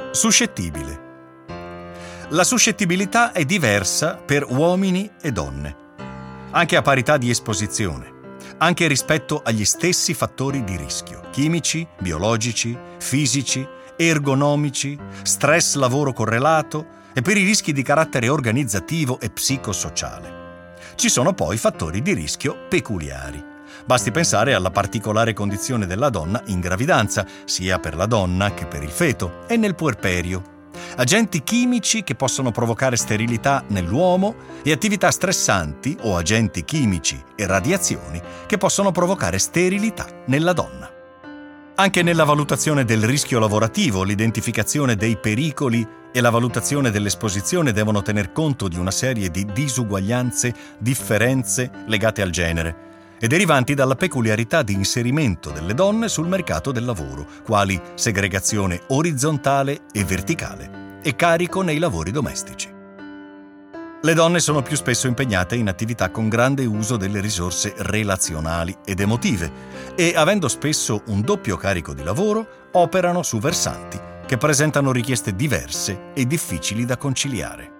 Suscettibile. La suscettibilità è diversa per uomini e donne, anche a parità di esposizione, anche rispetto agli stessi fattori di rischio, chimici, biologici, fisici, ergonomici, stress lavoro correlato e per i rischi di carattere organizzativo e psicosociale. Ci sono poi fattori di rischio peculiari. Basti pensare alla particolare condizione della donna in gravidanza, sia per la donna che per il feto, e nel puerperio. Agenti chimici che possono provocare sterilità nell'uomo e attività stressanti o agenti chimici e radiazioni che possono provocare sterilità nella donna. Anche nella valutazione del rischio lavorativo, l'identificazione dei pericoli e la valutazione dell'esposizione devono tener conto di una serie di disuguaglianze, differenze legate al genere e derivanti dalla peculiarità di inserimento delle donne sul mercato del lavoro, quali segregazione orizzontale e verticale e carico nei lavori domestici. Le donne sono più spesso impegnate in attività con grande uso delle risorse relazionali ed emotive e, avendo spesso un doppio carico di lavoro, operano su versanti che presentano richieste diverse e difficili da conciliare.